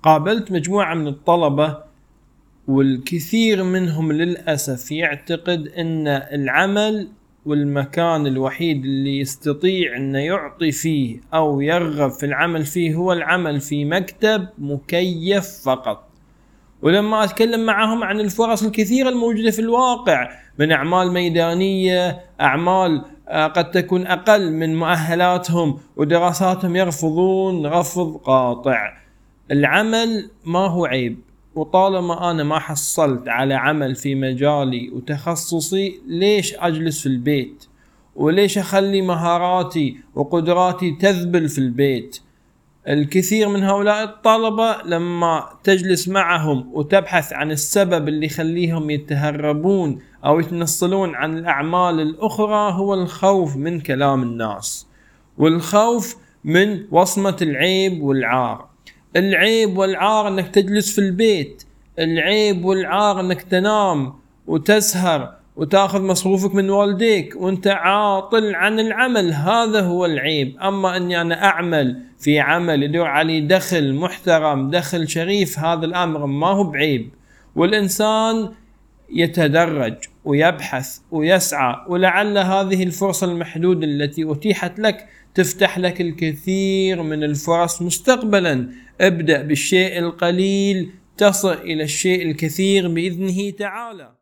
قابلت مجموعة من الطلبة والكثير منهم للأسف يعتقد أن العمل والمكان الوحيد اللي يستطيع أن يعطي فيه أو يرغب في العمل فيه هو العمل في مكتب مكيف فقط. ولما أتكلم معهم عن الفرص الكثيرة الموجودة في الواقع من أعمال ميدانية، أعمال قد تكون أقل من مؤهلاتهم ودراساتهم، يرفضون رفض قاطع. العمل ما هو عيب، وطالما أنا ما حصلت على عمل في مجالي وتخصصي ليش أجلس في البيت؟ وليش أخلي مهاراتي وقدراتي تذبل في البيت؟ الكثير من هؤلاء الطلبة لما تجلس معهم وتبحث عن السبب اللي يخليهم يتهربون أو يتنصلون عن الأعمال الأخرى هو الخوف من كلام الناس، والخوف من وصمة العيب والعار. العيب والعار أنك تجلس في البيت، العيب والعار أنك تنام وتسهر وتأخذ مصروفك من والديك وانت عاطل عن العمل، هذا هو العيب. أما أني أنا أعمل في عمل يدور علي دخل محترم، دخل شريف، هذا الأمر ما هو بعيب. والإنسان يتدرج ويبحث ويسعى، ولعل هذه الفرصة المحدودة التي أتيحت لك تفتح لك الكثير من الفرص مستقبلا. ابدأ بالشيء القليل تصل إلى الشيء الكثير بإذنه تعالى.